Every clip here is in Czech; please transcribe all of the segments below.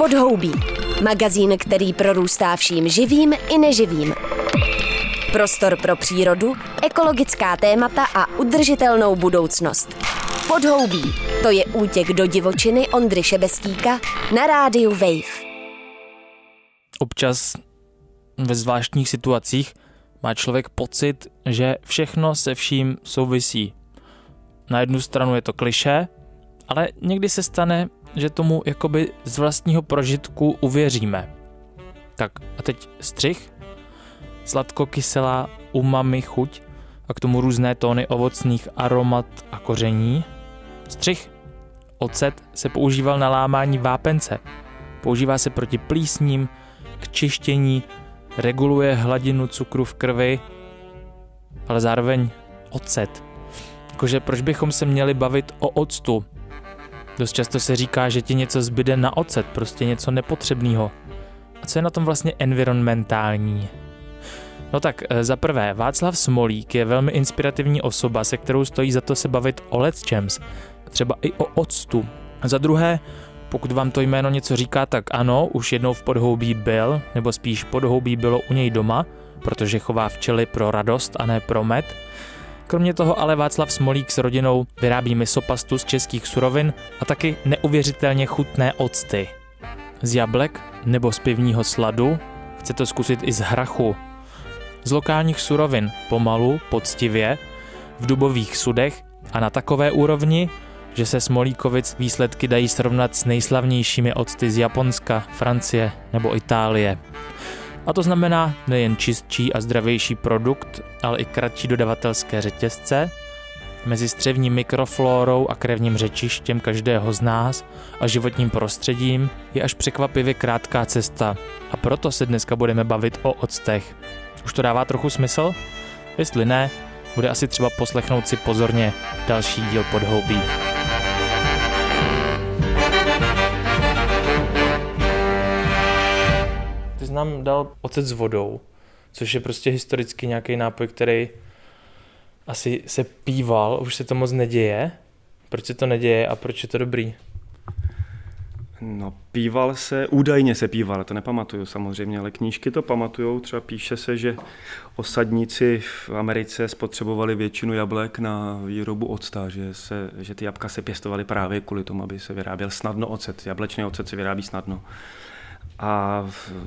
Podhoubí. Magazín, který prorůstá vším živým i neživým. Prostor pro přírodu, ekologická témata a udržitelnou budoucnost. Podhoubí. To je útěk do divočiny Ondry Šebestíka na rádiu Wave. Občas ve zvláštních situacích má člověk pocit, že všechno se vším souvisí. Na jednu stranu je to klišé, ale někdy se stane, že tomu jakoby z vlastního prožitku uvěříme. Tak a teď střih, sladkokyselá umami chuť a k tomu různé tóny ovocných aromat a koření. Střih, ocet se používal na lámání vápence. Používá se proti plísním, k čištění, reguluje hladinu cukru v krvi, ale zároveň ocet. Jakože proč bychom se měli bavit o octu? Dost často se říká, že ti něco zbyde na ocet, prostě něco nepotřebného. A co je na tom vlastně environmentální? No tak za prvé, Václav Smolík je velmi inspirativní osoba, se kterou stojí za to se bavit o lecčems, třeba i o octu. A za druhé, pokud vám to jméno něco říká, tak ano, už jednou v Podhoubí byl, nebo spíš Podhoubí bylo u něj doma, protože chová včely pro radost a ne pro med. Kromě toho ale Václav Smolík s rodinou vyrábí misopastu z českých surovin a taky neuvěřitelně chutné octy. Z jablek nebo z pivního sladu, chce to zkusit i z hrachu. Z lokálních surovin pomalu, poctivě, v dubových sudech a na takové úrovni, že se Smolíkovic výsledky dají srovnat s nejslavnějšími octy z Japonska, Francie nebo Itálie. A to znamená nejen čistší a zdravější produkt, ale i kratší dodavatelské řetězce. Mezi střevní mikroflórou a krevním řečištěm každého z nás a životním prostředím je až překvapivě krátká cesta. A proto se dneska budeme bavit o octech. Už to dává trochu smysl? Jestli ne, bude asi třeba poslechnout si pozorně další díl Podhoubí. Ty jsi nám dal ocet s vodou, což je prostě historicky nějaký nápoj, který asi se píval, už se to moc neděje. Proč se to neděje a proč je to dobrý? No, píval se, údajně se píval, to nepamatuju samozřejmě, ale knížky to pamatujou. Třeba píše se, že osadníci v Americe spotřebovali většinu jablek na výrobu octa, že ty jablka se pěstovaly právě kvůli tomu, aby se vyráběl snadno ocet. Jablečný ocet se vyrábí snadno. A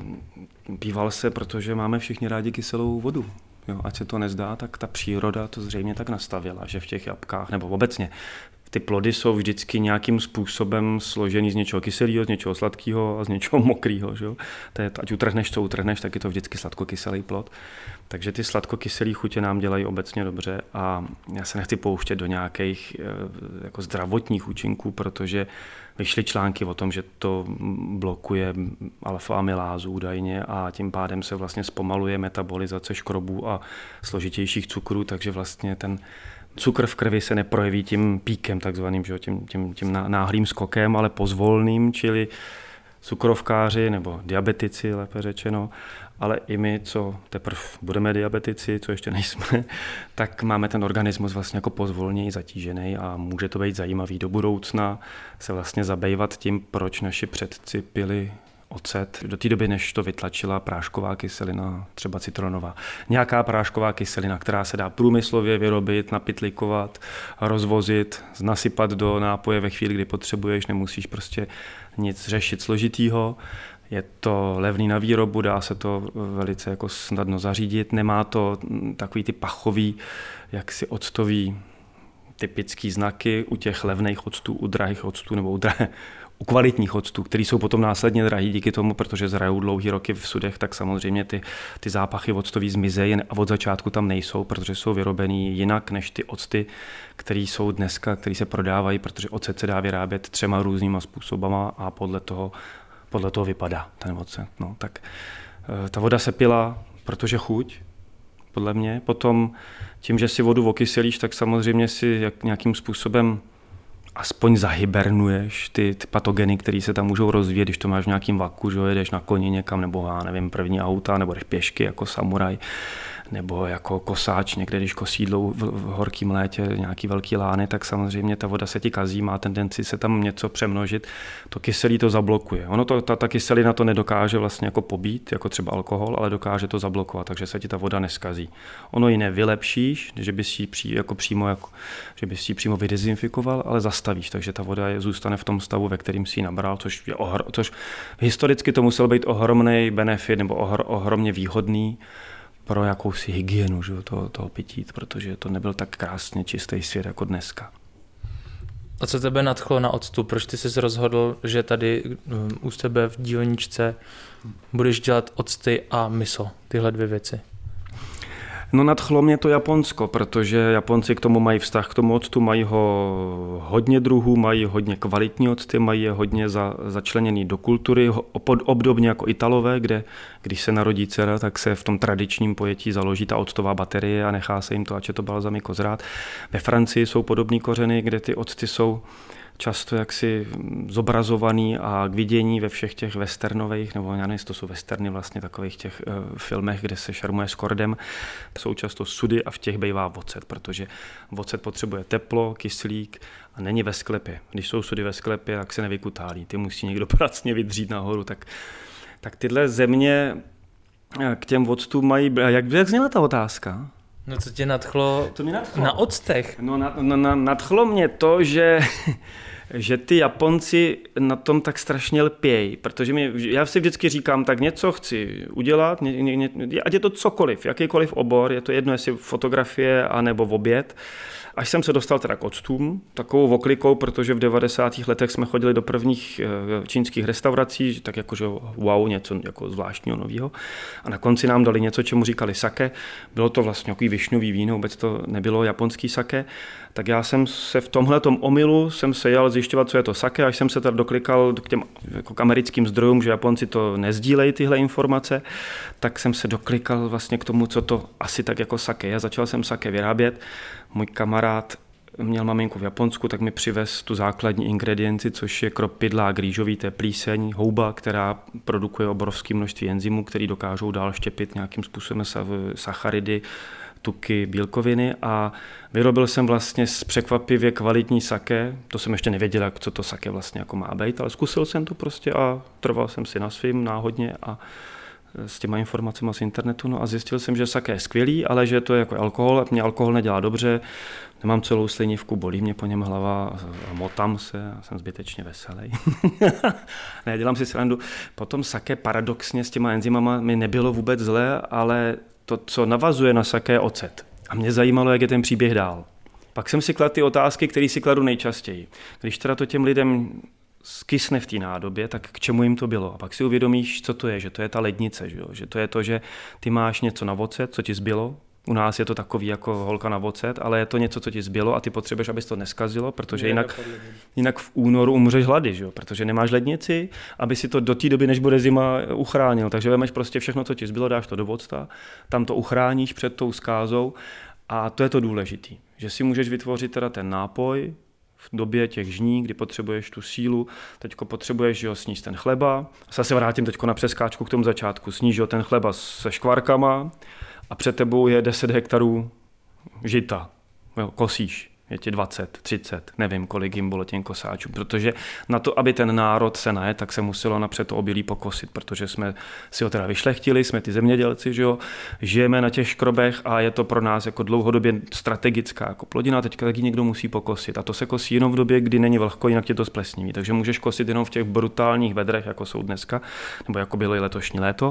píval se, protože máme všichni rádi kyselou vodu. Jo, ať se to nezdá, tak ta příroda to zřejmě tak nastavila, že v těch jablkách, nebo obecně, ty plody jsou vždycky nějakým způsobem složený z něčeho kyselého, z něčeho sladkého a z něčeho mokrého. Že? Ať utrhneš, co utrhneš, tak je to vždycky sladkokyselý plod. Takže ty sladkokyselé chutě nám dělají obecně dobře a já se nechci pouštět do nějakých jako zdravotních účinků, protože vyšly články o tom, že to blokuje alfa-amylázu údajně a tím pádem se vlastně zpomaluje metabolizace škrobů a složitějších cukrů, takže vlastně ten cukr v krvi se neprojeví tím píkem takzvaným, tím náhlým skokem, ale pozvolným, čili cukrovkáři nebo diabetici, lépe řečeno, ale i my, co teprve budeme diabetici, co ještě nejsme, tak máme ten organismus vlastně jako pozvolněji zatížený a může to být zajímavý do budoucna se vlastně zabývat tím, proč naši předci pili ocet do té doby, než to vytlačila prášková kyselina, třeba citronová. Nějaká prášková kyselina, která se dá průmyslově vyrobit, napitlikovat, rozvozit, nasypat do nápoje ve chvíli, kdy potřebuješ, nemusíš prostě nic řešit složitýho. Je to levný na výrobu, dá se to velice jako snadno zařídit, nemá to takový ty pachový, jaksi octový typický znaky u těch levných octů, u drahých octů nebo u kvalitních octů, které jsou potom následně drahý díky tomu, protože zrajou dlouhý roky v sudech, tak samozřejmě ty zápachy octový zmizejí a od začátku tam nejsou, protože jsou vyrobený jinak než ty octy, které jsou dneska, které se prodávají, protože ocet se dá vyrábět 3 různýma způsobama a podle toho vypadá ten ocet. No, tak ta voda se pila, protože chuť, podle mě. Potom tím, že si vodu okyselíš, tak samozřejmě si nějakým způsobem aspoň zahybernuješ ty patogeny, které se tam můžou rozvíjet, když to máš v nějakým vaku, že jedeš na koni někam, nebo já nevím, první auta, nebo jdeš pěšky jako samuraj, nebo jako kosáč někde, když kosídlou v horkém létě nějaký velký lány, tak samozřejmě ta voda se ti kazí, má tendenci se tam něco přemnožit, to kyselí to zablokuje. Ono ta kyselina to nedokáže vlastně jako pobít, jako třeba alkohol, ale dokáže to zablokovat, takže se ti ta voda neskazí. Ono ji nevylepšíš, že bys ji přímo vydezinfikoval, ale zastavíš, takže ta voda zůstane v tom stavu, ve kterým si ji nabral, což historicky to musel být ohromný benefit nebo ohromně výhodný pro jakousi hygienu, že, toho pití, protože to nebyl tak krásně čistý svět jako dneska. A co tebe nadchlo na octu? Proč ty jsi rozhodl, že tady u tebe v dílničce budeš dělat octy a miso, tyhle dvě věci? No nadchlo mě to Japonsko, protože Japonci k tomu mají vztah, k tomu octu, mají ho hodně druhů, mají hodně kvalitní octy, mají je hodně začleněný do kultury, obdobně jako Italové, kde když se narodí dcera, tak se v tom tradičním pojetí založí ta octová baterie a nechá se jim to, ať je to balzamiko zrát. Ve Francii jsou podobné kořeny, kde ty octy jsou často jaksi zobrazovaný a k vidění ve všech těch westernových, nebo já nevím, to jsou westerny vlastně takových těch filmech, kde se šarmuje s kordem, jsou často sudy a v těch bývá ocet, protože ocet potřebuje teplo, kyslík a není ve sklepě. Když jsou sudy ve sklepě, tak se nevykutálí, ty musí někdo pracně vydřít nahoru, tak tyhle země k těm octům mají, jak zněla ta otázka? No co tě nadchlo? To mě nadchlo. Na octech? No nadchlo mě to, že ty Japonci na tom tak strašně lpějí, protože já si vždycky říkám, tak něco chci udělat, ať je to cokoliv, jakýkoliv obor, je to jedno, jestli fotografie anebo oběd. Až jsem se dostal teda k octům, takovou oklikou, protože v 90. letech jsme chodili do prvních čínských restaurací, tak jakože wow, něco jako zvláštního nového. A na konci nám dali něco, čemu říkali sake. Bylo to vlastně takový višňový víno, vůbec to nebylo japonský sake. Tak já jsem se v tomhletom omylu jel zjišťovat, co je to sake, až jsem se tady doklikal k těm jako k americkým zdrojům, že Japonci to nezdílejí tyhle informace, tak jsem se doklikal vlastně k tomu, co to asi tak jako sake je. Začal jsem sake vyrábět. Můj kamarád měl maminku v Japonsku, tak mi přivez tu základní ingredienci, což je kropidlák rýžový, to je plíseň, houba, která produkuje obrovské množství enzymů, které dokážou dál štěpit nějakým způsobem sacharidy, tuky, bílkoviny a vyrobil jsem vlastně z překvapivě kvalitní sake. To jsem ještě nevěděl, co to sake vlastně jako má být, ale zkusil jsem to prostě a trval jsem si na svým náhodně a s těma informacemi z internetu, no a zjistil jsem, že sake je skvělý, ale že to je jako alkohol a mě alkohol nedělá dobře, nemám celou slinivku, bolí mě po něm hlava a motám se a jsem zbytečně veselý. Ne, dělám si srandu. Potom sake paradoxně s těma enzymama mi nebylo vůbec zlé, ale to, co navazuje na sake, je ocet. A mě zajímalo, jak je ten příběh dál. Pak jsem si kladl ty otázky, které si kladu nejčastěji. Když teda to těm lidem skysne v té nádobě, tak k čemu jim to bylo? A pak si uvědomíš, co to je, že to je ta lednice, že to je to, že ty máš něco na ocet, co ti zbylo. U nás je to takový jako holka na ocet, ale je to něco, co ti zbylo a ty potřebuješ, abys to neskazilo, protože jinak v únoru umřeš hlady, že? Protože nemáš lednici, aby si to do té doby, než bude zima, uchránil. Takže vemeš prostě všechno, co ti zbylo, dáš to do octa, tam to uchráníš před tou skázou a to je to důležitý, že si můžeš vytvořit teda ten nápoj v době těch žní, kdy potřebuješ tu sílu, teďko potřebuješ, že jo, sníst ten chleba. Zase vrátím teďko na přeskáčku k tomu začátku. Sníš ten chleba se škvarkama a před tebou je 10 hektarů žita. Jo, kosíš. Je ti 20, 30, nevím, kolik jim bylo těm kosáčům, protože na to, aby ten národ se najedl, tak se muselo napřed to obilí pokosit, protože jsme si ho teda vyšlechtili, jsme ty zemědělci, že jo, žijeme na těch škrobech a je to pro nás jako dlouhodobě strategická jako plodina, teďka taky někdo musí pokosit a to se kosí jenom v době, kdy není vlhko, jinak tě to splesniví, takže můžeš kosit jenom v těch brutálních vedrech, jako jsou dneska, nebo jako bylo i letošní léto.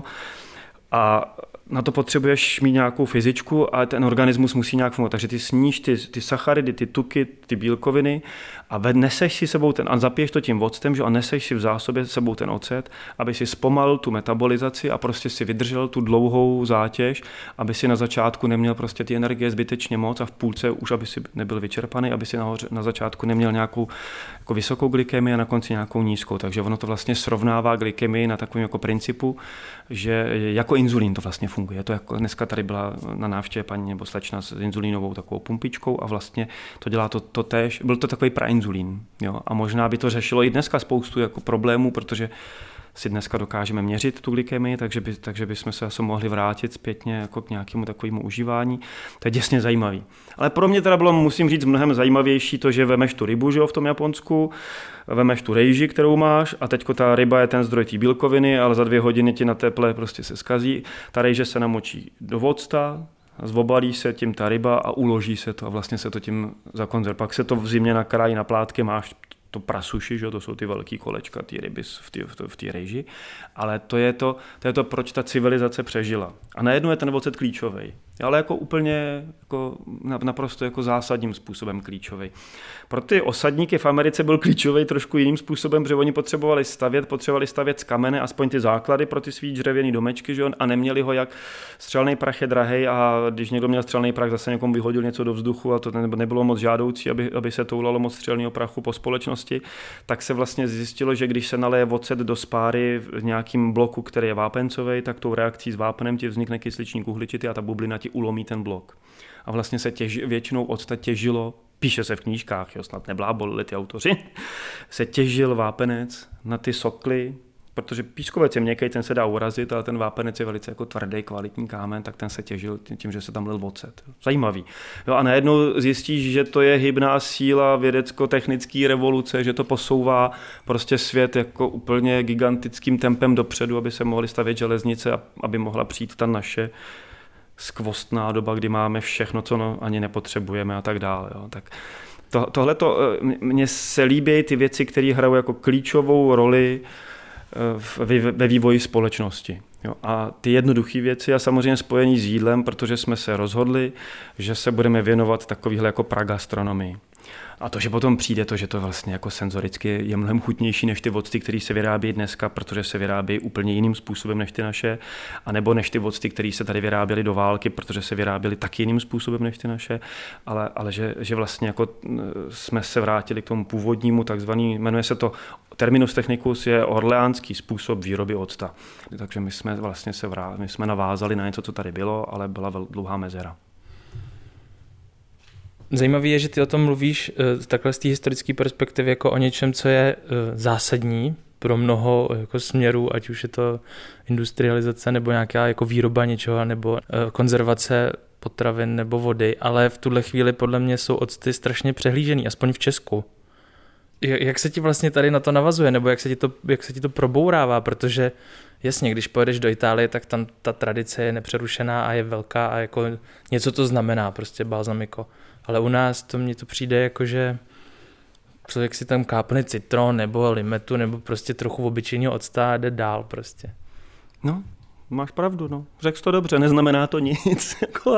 A na to potřebuješ mít nějakou fyzičku a ten organismus musí nějak fungovat. Takže ty sníš ty sacharidy, ty tuky, ty bílkoviny a neseš si sebou a zapiješ to tím octem, že a neseš si v zásobě sebou ten ocet, aby si zpomalil tu metabolizaci a prostě si vydržel tu dlouhou zátěž, aby si na začátku neměl prostě ty energie zbytečně moc a v půlce už aby si nebyl vyčerpaný, aby si na začátku neměl nějakou jako vysokou glykemii a na konci nějakou nízkou. Takže ono to vlastně srovnává glykemii na takovém jako principu, že jako inzulín to vlastně funguje. To jako dneska tady byla na návštěvě paní nebo slečna s inzulínovou takovou pumpičkou a vlastně to dělá to též. Byl to takový prainzulín. Jo? A možná by to řešilo i dneska spoustu jako problémů, protože si dneska dokážeme měřit tu glykemii, takže bychom se asi mohli vrátit zpětně jako k nějakému takovému užívání. To je děsně zajímavý. Ale pro mě teda bylo, musím říct, mnohem zajímavější to, že vemeš tu rybu, že jo, v tom Japonsku, vemeš tu rejži, kterou máš a teďko ta ryba je ten zdroj té bílkoviny, ale za 2 hodiny ti na teple prostě se zkazí. Ta rejže se namočí do octa, zvobalí se tím ta ryba a uloží se to a vlastně se to tím zakonzervuje. Pak se to v zimě nakrájí na plátky, máš to prasuši, že? To jsou ty velký kolečka, ty ryby v té rejži, ale to je to, proč ta civilizace přežila. A najednou je ten ocet klíčový, ale jako úplně jako naprosto jako zásadním způsobem klíčový. Pro ty osadníky v Americe byl klíčový trošku jiným způsobem, protože oni potřebovali stavět z kamene aspoň ty základy pro ty svý dřevěný domečky, že? A neměli ho jak střelný prach je drahej a když někdo měl střelný prach, zase někomu vyhodil něco do vzduchu a to nebylo moc žádoucí, aby se toulalo moc střelného prachu po společnosti, tak se vlastně zjistilo, že když se naleje ocet do spáry v nějakým bloku, který je vápencový, tak tou reakcí s vápnem ti vznikne kysličník uhličitý a ta bublina ti ulomí ten blok. A vlastně se většinou octa těžilo, píše se v knížkách, jo, snad neblábolili ty autoři, se těžil vápenec na ty sokly, protože pískovec je měkký, ten se dá urazit, ale ten vápenec je velice jako tvrdý, kvalitní kámen, tak ten se těžil tím, že se tam lil ocet. Zajímavý. Jo, a najednou zjistíš, že to je hybná síla vědecko-technické revoluce, že to posouvá prostě svět jako úplně gigantickým tempem dopředu, aby se mohly stavět železnice a aby mohla přijít ta naše skvostná doba, kdy máme všechno, co ani nepotřebujeme a tak dále. Jo. Tak tohleto, mně se líbí ty věci, které hrajou jako klíčovou roli ve vývoji společnosti. Jo. A ty jednoduché věci a samozřejmě spojení s jídlem, protože jsme se rozhodli, že se budeme věnovat takovýhle jako pragastronomii. A to, že potom přijde to, že to vlastně jako senzoricky je mnohem chutnější než ty octy, které se vyrábí dneska, protože se vyrábí úplně jiným způsobem než ty naše, anebo než ty octy, které se tady vyráběly do války, protože se vyráběly tak jiným způsobem než ty naše, ale že vlastně jako jsme se vrátili k tomu původnímu, takzvaný, jmenuje se to terminus technicus, je orleánský způsob výroby octa. Takže my jsme vlastně my jsme navázali na něco, co tady bylo, ale byla dlouhá mezera. Zajímavé je, že ty o tom mluvíš takhle z té historické perspektivy jako o něčem, co je zásadní pro mnoho jako směrů, ať už je to industrializace nebo nějaká jako výroba něčeho, nebo konzervace potravin nebo vody, ale v tuhle chvíli podle mě jsou octy strašně přehlížený, aspoň v Česku. Jak se ti vlastně tady na to navazuje, nebo jak se ti to probourává, protože jasně, když pojedeš do Itálie, tak tam ta tradice je nepřerušená a je velká a jako něco to znamená, prostě balsamico. Ale u nás mně to přijde jako, že člověk si tam kápne citron nebo limetu nebo prostě trochu obyčejného octa a jde dál prostě. No, máš pravdu, no. Řekl jsi to dobře, neznamená to nic.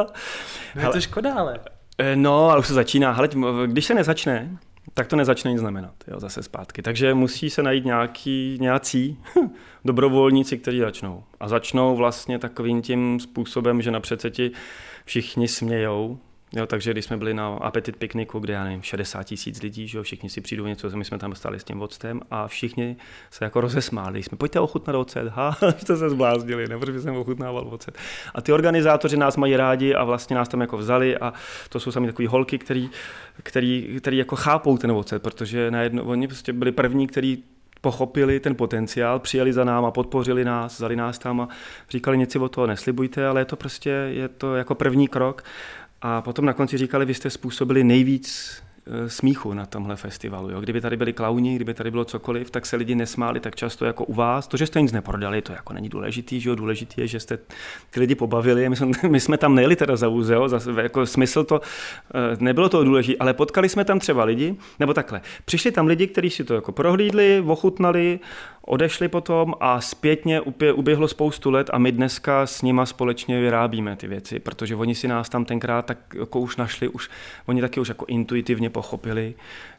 Je to škoda, ale. No, ale už se začíná. Hele, když se nezačne, tak to nezačne nic znamenat, jo, zase zpátky. Takže musí se najít nějací dobrovolníci, kteří začnou. A začnou vlastně takovým tím způsobem, že napřed se ti všichni smějou. Jo, takže když jsme byli na Appetit pikniku, kde já nevím, 60 000 lidí, že jo, všichni si přijdou něco, my jsme tam stali s tím octem a všichni se jako rozesmáli. Jsme pojďte ochutnat ocet, jste se zbláznili, ne, protože jsem ochutnával ocet. A ty organizátoři nás mají rádi a vlastně nás tam jako vzali a to jsou sami takový holky, který jako chápou ten ocet, protože najednou oni prostě byli první, který pochopili ten potenciál, přijeli za náma, podpořili nás, vzali nás tam a říkali nic si o toho neslibujte, ale je to jako první krok. A potom na konci říkali, vy jste způsobili nejvíc smíchu na tomhle festivalu. Jo? Kdyby tady byli klauni, kdyby tady bylo cokoliv, tak se lidi nesmáli tak často jako u vás. To, že jste nic neprodali, to jako není důležitý, že jo? Důležitý je, že jste ty lidi pobavili. My jsme tam nejeli teda za úzel, jako smysl to, nebylo to důležité, ale potkali jsme tam třeba lidi, nebo takhle. Přišli tam lidi, kteří si to jako prohlídli, ochutnali, odešli potom a zpětně uběhlo spoustu let a my dneska s nima společně vyrábíme ty věci, protože oni si nás tam tenkrát tak jako už našli, oni taky už jako intuitivně pochopili,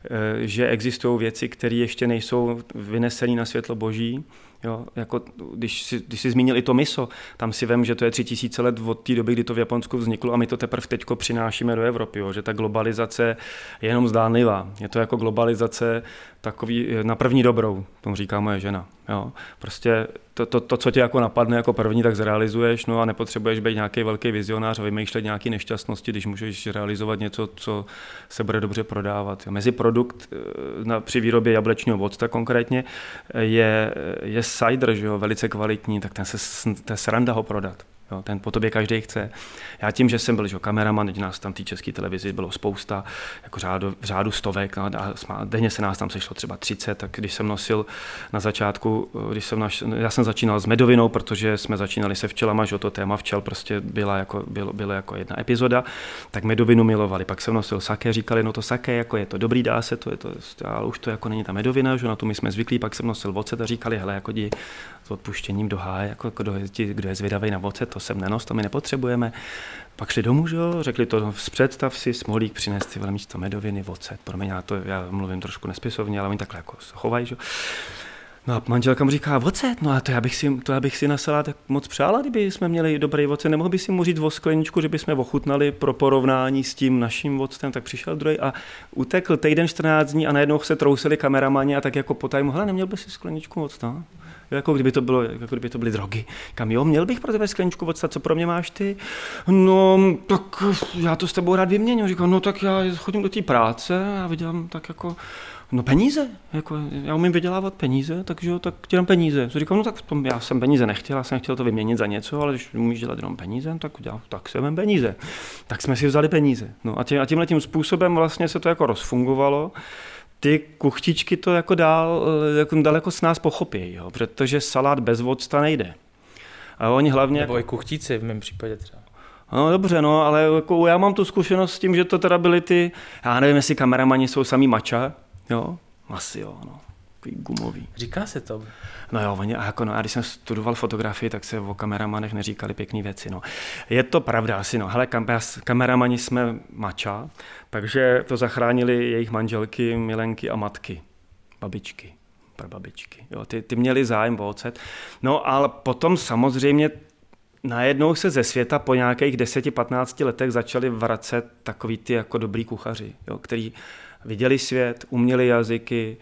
že existují věci, které ještě nejsou vynesené na světlo boží. Jo, jako když jsi zmínil i to miso, tam si vem, že to je 3000 let od té doby, kdy to v Japonsku vzniklo a my to teprve teďko přinášíme do Evropy, jo, že ta globalizace je jenom zdánlivá. Je to jako globalizace takový na první dobrou, tomu říká moje žena. Jo. Prostě to, co tě jako napadne jako první, tak zrealizuješ, no a nepotřebuješ být nějaký velký vizionář a vymýšlet nějaké nešťastnosti, když můžeš realizovat něco, co se bude dobře prodávat. Meziprodukt při výrobě jablečního octa konkrétně je cider, že jo, velice kvalitní, tak to je sranda ho prodat. Jo, ten po tobě každý chce. Já tím, že jsem byl kameraman, nás tam té české televizi bylo spousta, jako v řádu stovek, no, a denně se nás tam sešlo třeba 30, tak když jsem nosil na začátku, já jsem začínal s medovinou, protože jsme začínali se včelama, že to téma včel prostě bylo jako jedna epizoda, tak medovinu milovali. Pak jsem nosil sake, říkali, no to sake, jako je to dobrý, dá se to, ale už to jako není ta medovina, že na to my jsme zvyklí. Pak jsem nosil ocet a říkali, hele, jako jdi s odpuštěním do háje, jako kdo je zvědavý na ocet, to sem nenos, to my nepotřebujeme. Pak šli domů, že jo, řekli to, představ si, Smolík přines ty místo medoviny, ocet. Promiň, já mluvím trošku nespisovně, ale oni takhle jako chovají, že jo. No a manželka mu říká, ocet, no a to já bych si na salát moc přála, kdyby jsme měli dobrý ocet, nemohl by si mu říct o skleničku, že bychom ochutnali pro porovnání s tím naším octem, tak přišel druhý a utekl týden 14 dní a najednou se trousili kameramani a tak jako potajmu, hele, neměl by si skleničku octa? Jako kdyby to byly drogy. Kam jo, měl bych pro tebe skleničku octa, co pro mě máš ty? No, tak já to s tebou rád vyměním. Říkám, no tak já chodím do té práce a vydělám tak jako, no peníze, jako já umím vydělávat peníze, takže tak ti dám peníze. Říkám, no tak já jsem peníze nechtěl, já jsem chtěl to vyměnit za něco, ale když umíš dělat jenom peníze, tak se vem peníze. Tak jsme si vzali peníze. No a tímhletím způsobem vlastně se to jako rozfungovalo. Ty kuchtičky to jako daleko s nás pochopí, jo, protože salát bez octa nejde. A oni hlavně... Nebo i kuchtíci v mém případě třeba. No dobře, no, ale jako já mám tu zkušenost s tím, že to teda byly ty, já nevím, jestli kameramani jsou samý mača, jo, asi jo, no, takový gumový. Říká se to. No jo, a když jsem studoval fotografii, tak se o kameramanech neříkali pěkný věci, no. Je to pravda asi, no, hele, kameramani jsme mača, takže to zachránili jejich manželky, milenky a matky, babičky, prababičky, jo, ty měli zájem o ocet. No, ale potom samozřejmě najednou se ze světa po nějakých 10-15 letech začali vracet takový ty jako dobrý kuchaři, jo, který viděli svět, uměli jazyky,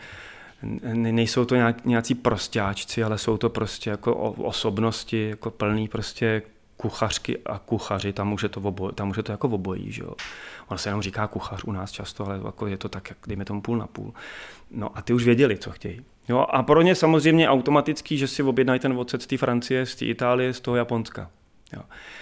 nejsou to nějací prostáčci, ale jsou to prostě jako osobnosti, jako plný prostě kuchařky a kuchaři, tam už je to jako obojí, že jo. Ono se jenom říká kuchař u nás často, ale jako je to tak, jak dejme tomu půl na půl. No a ty už věděli, co chtějí. Jo, a pro ně samozřejmě automatický, že si objednají ten ocet z té Francie, z té Itálie, z toho Japonska. Jo.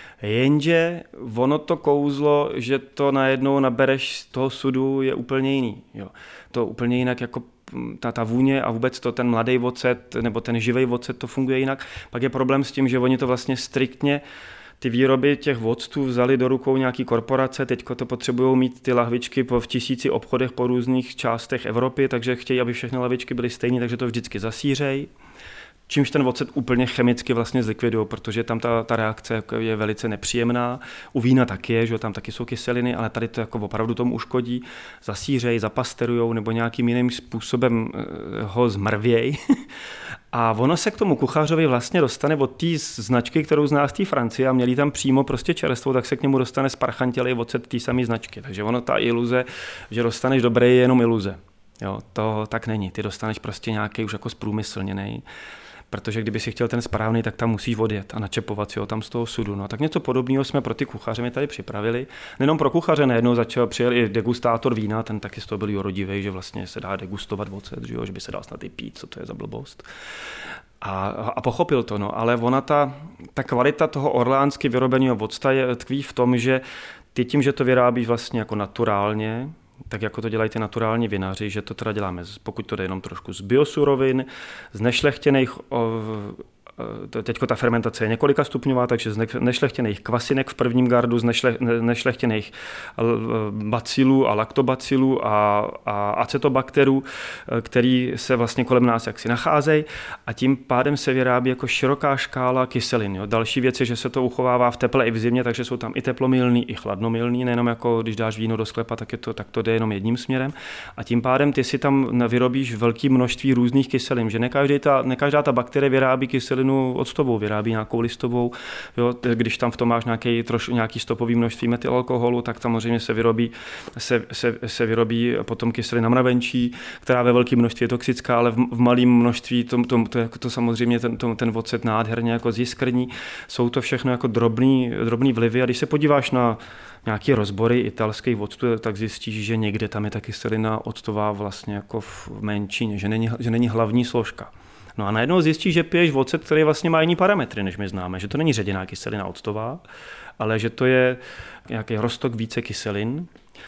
Jenže ono to kouzlo, že to najednou nabereš z toho sudu, je úplně jiný. Jo. To úplně jinak jako ta vůně a vůbec to ten mladý ocet nebo ten živej ocet, to funguje jinak. Pak je problém s tím, že oni to vlastně striktně ty výroby těch octů vzali do rukou nějaký korporace, teďko to potřebují mít ty lahvičky v 1000 obchodech po různých částech Evropy, takže chtějí, aby všechny lahvičky byly stejné, takže to vždycky zasířejí. Čímž ten ocet úplně chemicky vlastně zlikvidují, protože tam ta reakce je velice nepříjemná. U vína taky je, že tam taky jsou kyseliny, ale tady to jako opravdu tomu uškodí. Zasířejí, zapasterujou nebo nějakým jiným způsobem ho zmrvěj. A ono se k tomu kuchařovi vlastně dostane od té značky, kterou zná z té Francie a měli tam přímo prostě čerstvou, tak se k němu dostane sparchantělej ocet té samé značky. Takže ono ta iluze, že dostaneš dobré, je jenom iluze. Jo, to tak není. Ty dostaneš prostě nějaký už jako zprůmyslněnej. Protože kdyby si chtěl ten správný, tak tam musíš odjet a načepovat si ho tam z toho sudu. No, tak něco podobného jsme pro ty kuchaře mi tady připravili. Nejenom pro kuchaře, najednou přijel i degustátor vína, ten taky z toho byl jorodivej, že vlastně se dá degustovat ocet, že by se dal snad i pít, co to je za blbost. A pochopil to, no, ale ona ta kvalita toho orleánsky vyrobeného octa tkví v tom, že ty tím, že to vyrábíš vlastně jako naturálně, tak jako to dělají ty naturální vinaři, že to teda děláme, pokud to jde jenom trošku z biosurovin, z nešlechtěných, teďko ta fermentace je několika stupňová, takže z nešlechtěných kvasinek v prvním gardu, z nešlechtěných bacilů a laktobacilů a acetobakterů, který se vlastně kolem nás jaksi nacházejí a tím pádem se vyrábí jako široká škála kyselin. Jo. Další věc je, že se to uchovává v teple i v zimě, takže jsou tam i teplomilný, i chladnomilný, nejenom jako když dáš víno do sklepa, tak to jde jenom jedním směrem a tím pádem ty si tam vyrobíš velké množství různých kyselin, že ne každá ta bakterie vyrábí kyselinu kyselinu octovou, vyrábí nějakou listovou. Jo, když tam v tom máš nějaký stopový množství metylalkoholu, tak samozřejmě se vyrobí potom kyselina mravenčí, která ve velkém množství je toxická, ale v malém množství to samozřejmě ten ocet nádherně jako zjiskrní. Jsou to všechno jako drobný vlivy a když se podíváš na nějaké rozbory italských octů, tak zjistíš, že někde tam je ta kyselina octová vlastně jako v menšině, že není hlavní složka. No a najednou zjistíš, že piješ ocet, který vlastně má jiný parametry, než my známe, že to není ředěná kyselina octová, ale že to je nějaký roztok více kyselin,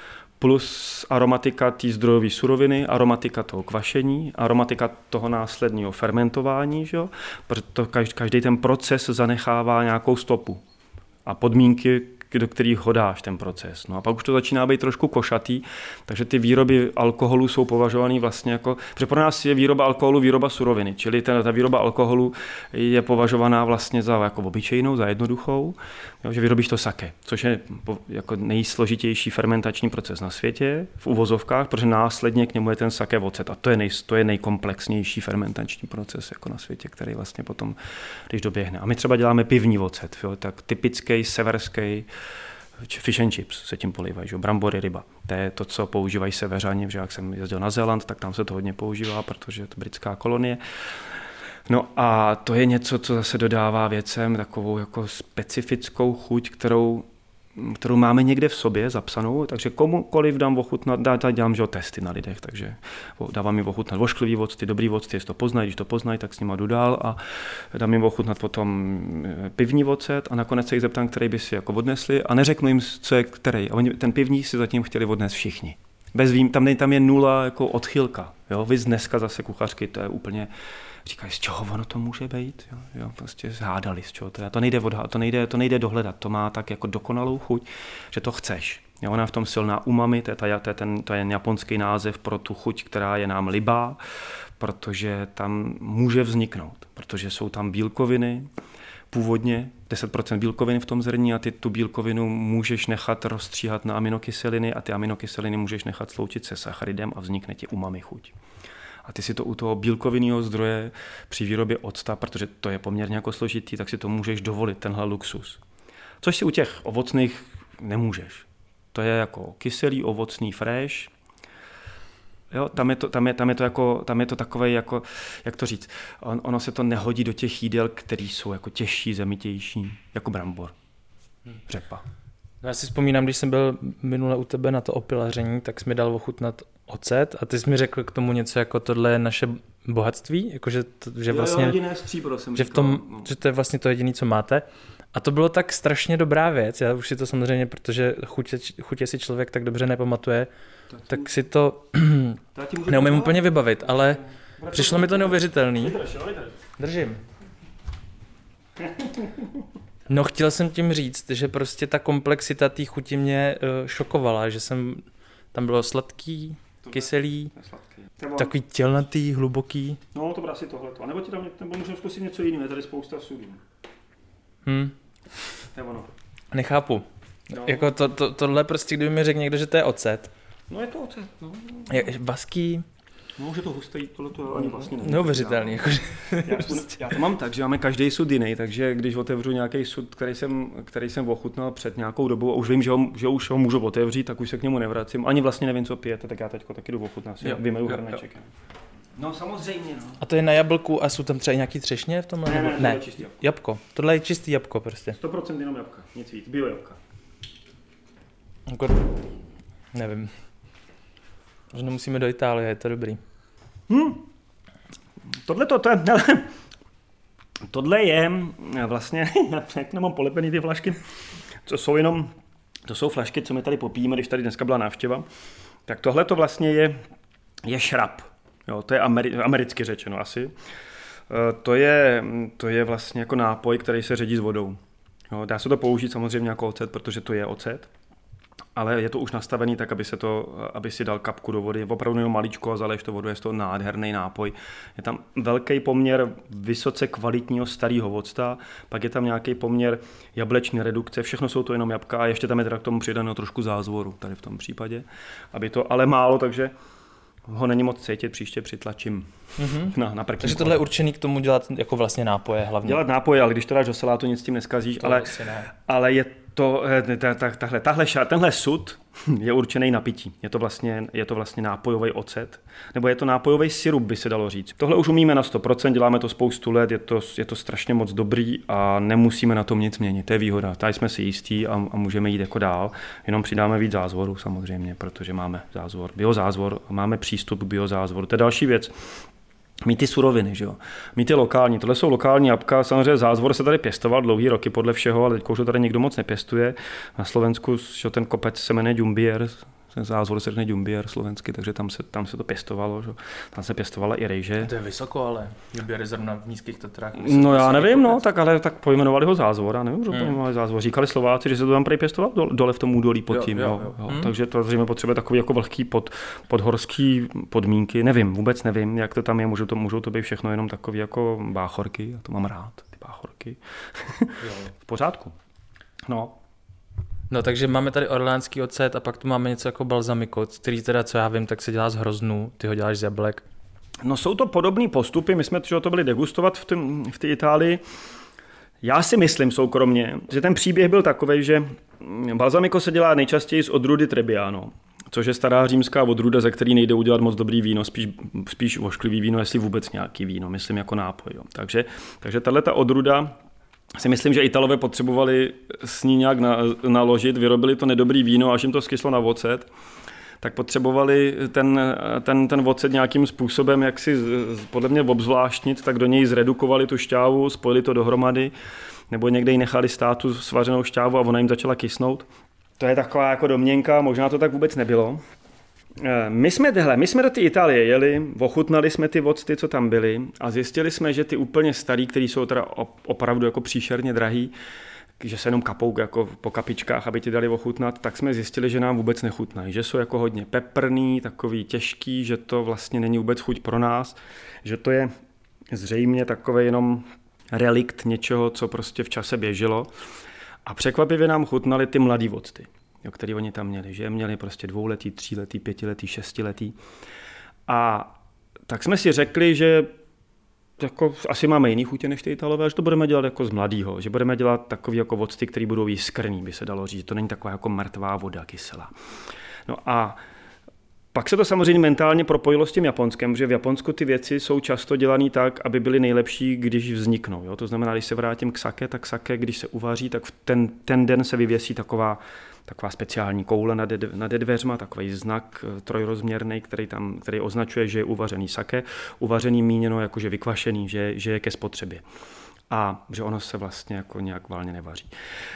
plus aromatika té zdrojové suroviny, aromatika toho kvašení, aromatika toho následného fermentování, že jo? Protože každý ten proces zanechává nějakou stopu a podmínky, do kterých hodáš ten proces. No a pak už to začíná být trošku košatý, takže ty výroby alkoholu jsou považovaný vlastně jako, protože pro nás je výroba alkoholu výroba suroviny, čili ta výroba alkoholu je považovaná vlastně za jako obyčejnou, za jednoduchou, jo, že vyrobíš to sake, což je jako nejsložitější fermentační proces na světě, v uvozovkách, protože následně k němu je ten sake ocet a to je nejkomplexnější fermentační proces jako na světě, který vlastně potom, když doběhne. A my třeba děláme pivní ocet, jo, tak typický severský fish and chips se tím polívají, že? Brambory, ryba. To je to, co používají severani, že jak jsem jezdil na Zéland, tak tam se to hodně používá, protože je to britská kolonie. No a to je něco, co zase dodává věcem takovou jako specifickou chuť, kterou máme někde v sobě zapsanou, takže komukoliv dám ochutnat, dělám že testy na lidech, takže dávám jim ochutnat vošklivý octy, dobrý octy, jestli to poznají, když to poznají, tak s nima jdu dál a dám jim ochutnat potom pivní ocet a nakonec se jich zeptám, který by si jako odnesli a neřeknu jim, co je který. A oni ten pivní si zatím chtěli odnést všichni. Bez tam je nula jako odchylka. Jo? Vy dneska zase kuchařky, to je úplně říkají, z čeho ono to může být, jo, prostě zhádali, z čeho to nejde to nejde dohledat, to má tak jako dokonalou chuť, že to chceš. Jo, ona je v tom silná umami, to je japonský název pro tu chuť, která je nám libá, protože tam může vzniknout, protože jsou tam bílkoviny, původně 10% bílkovin v tom zrní a ty tu bílkovinu můžeš nechat rozstříhat na aminokyseliny a ty aminokyseliny můžeš nechat sloučit se sacharidem a vznikne ti umami chuť. A ty si to u toho bílkovinného zdroje při výrobě octa, protože to je poměrně jako složitý, tak si to můžeš dovolit, tenhle luxus. Což si u těch ovocných nemůžeš. To je jako kyselý, ovocný fresh. Jo, tam je to takové, jako, jak to říct, ono se to nehodí do těch jídel, které jsou jako těžší, zemitější, jako brambor, řepa. Já si vzpomínám, když jsem byl minule u tebe na to opilaření, tak jsi mi dal ochutnat ocet a ty jsi mi řekl k tomu něco jako tohle je naše bohatství, jako že vlastně, že to je vlastně to jediné, co máte. A to bylo tak strašně dobrá věc, já už si to samozřejmě, protože chutě si člověk tak dobře nepamatuje, tak si to neumím úplně vybavit, ale přišlo mi to neuvěřitelný. Držím. No chtěl jsem tím říct, že prostě ta komplexita té chuti mě šokovala, že tam bylo sladký, kyselý, takový tělnatý, hluboký. No to bude asi tohleto, a nebo ti tam můžeme zkusit něco jiného, je tady spousta sudů. To je ono. Nechápu. No. Jako tohle prostě, kdyby mi řekl někdo, že to je ocet. No je to ocet, no. Je vaský. No, že to hustý, tohle ani vlastně nevím. Neuvěřitelný. Jakože... Já to mám tak, že máme každý sud jiný, takže když otevřu nějaký sud, který jsem ochutnal před nějakou dobou a už vím, že už ho můžu otevřít, tak už se k němu nevracím. Ani vlastně nevím, co pijete, tak já teďko taky jdu ochutnat. Vymeju hrneček. No samozřejmě, no. A to je na jablku a jsou tam třeba nějaký třešně v tomhle? Ne, čistý jabko. Jabko. Tohle je čistý jabko prostě. 100% jenom jabka, nic víc, bio jabka. Jako... Nevím. Že nemusíme do Itálie, je to dobrý. Tohle je vlastně, jak nemám polepený ty flašky, to jsou flašky, co my tady popijeme, když tady dneska byla návštěva, tak tohle to vlastně je šrab. Jo, to je americky řečeno asi. To je vlastně jako nápoj, který se ředí s vodou. Jo, dá se to použít samozřejmě jako ocet, protože to je ocet. Ale je to už nastavený tak, aby si dal kapku do vody, opravdu jenom maličko a zaleješ to vodu, je to nádherný nápoj. Je tam velký poměr vysoce kvalitního starého octa, pak je tam nějaký poměr jableční redukce, všechno jsou to jenom jabka a ještě tam je teda k tomu přidáno trošku zázvoru tady v tom případě, aby to ale málo, takže ho není moc cítit, příště přitlačím na prkínko. Takže tohle je určený k tomu dělat jako vlastně nápoje hlavně. Dělat nápoje, ale když to dáš do salátu, nic s tím neskazíš, ale je to, tenhle sud je určený na pití. Je to vlastně nápojový ocet, nebo je to nápojový sirup, by se dalo říct. Tohle už umíme na 100%, děláme to spoustu let, je to strašně moc dobrý a nemusíme na tom nic měnit. To je výhoda. Tady jsme si jistí a můžeme jít jako dál. Jenom přidáme víc zázvoru samozřejmě, protože máme zázvor, biozázvor, máme přístup k biozázvoru. To je další věc. Mít ty suroviny, že jo? Mít ty lokální. Tohle jsou lokální jabka. Samozřejmě zázvor se tady pěstoval dlouhý roky podle všeho, ale teď už to tady nikdo moc nepěstuje. Na Slovensku že ten kopec se jmenuje Ďumbier. Ten zázvor se řekne Ďumbier slovensky, takže tam se to pěstovalo. Že? Tam se pěstovala i rejže. To je vysoko, ale Ďumbier je zrovna v nízkých Tatrách. No já nevím, tak pojmenovali ho zázvor. Já nevím, že pojmenovali zázvor. Říkali Slováci, že se to tam prý pěstoval dole v tom údolí pod tím. Jo. Takže to zřejmě potřebuje takový jako vlhký podhorský podmínky. Vůbec nevím, jak to tam je. Můžou to být všechno jenom takový jako báchorky. Já to mám rád, ty báchorky. V pořádku. No, takže máme tady orleánský ocet a pak tu máme něco jako balzamiko, který teda, co já vím, tak se dělá z hroznů, ty ho děláš z jablek. No jsou to podobné postupy, my jsme to byli degustovat v té Itálii. Já si myslím soukromně, že ten příběh byl takovej, že balzamiko se dělá nejčastěji z odrůdy Trebbiano, což je stará římská odrůda, ze který nejde udělat moc dobrý víno, spíš ošklivý víno, jestli vůbec nějaký víno, myslím jako nápoj. Jo. Takže tato odrůda si myslím, že Italové potřebovali s ní nějak naložit, vyrobili to nedobrý víno, až jim to skyslo na ocet, tak potřebovali ten ocet nějakým způsobem, jak si podle mě obzvláštnit, tak do něj zredukovali tu šťávu, spojili to dohromady, nebo někde ji nechali stát tu svařenou šťávu a ona jim začala kysnout. To je taková jako domněnka, možná to tak vůbec nebylo. My jsme do té Itálie jeli, ochutnali jsme ty octy, co tam byly a zjistili jsme, že ty úplně starý, který jsou teda opravdu jako příšerně drahý, že se jenom kapou jako po kapičkách, aby ti dali ochutnat, tak jsme zjistili, že nám vůbec nechutnají, že jsou jako hodně peprný, takový těžký, že to vlastně není vůbec chuť pro nás, že to je zřejmě takový jenom relikt něčeho, co prostě v čase běželo. A překvapivě nám chutnaly ty mladý octy, který oni tam měli, že měli prostě 2letý, 3letý, 5letý, 6letý. A tak jsme si řekli, že jako asi máme jiný chutě než ty Italové, že to budeme dělat jako z mladýho, že budeme dělat takový jako octy, který budou jiskrný, by se dalo říct, to není taková jako mrtvá voda kyselá. No a pak se to samozřejmě mentálně propojilo s tím Japonskem, protože v Japonsku ty věci jsou často dělané tak, aby byly nejlepší, když vzniknou. Jo? To znamená, když se vrátím k sake, tak sake, když se uvaří, tak v ten den se vyvěsí taková speciální koule nad dveřma, takový znak trojrozměrný, který označuje, že je uvařený sake. Uvařený míněno jakože vykvašený, že je ke spotřebě. A že ono se vlastně jako nějak válně nevaří.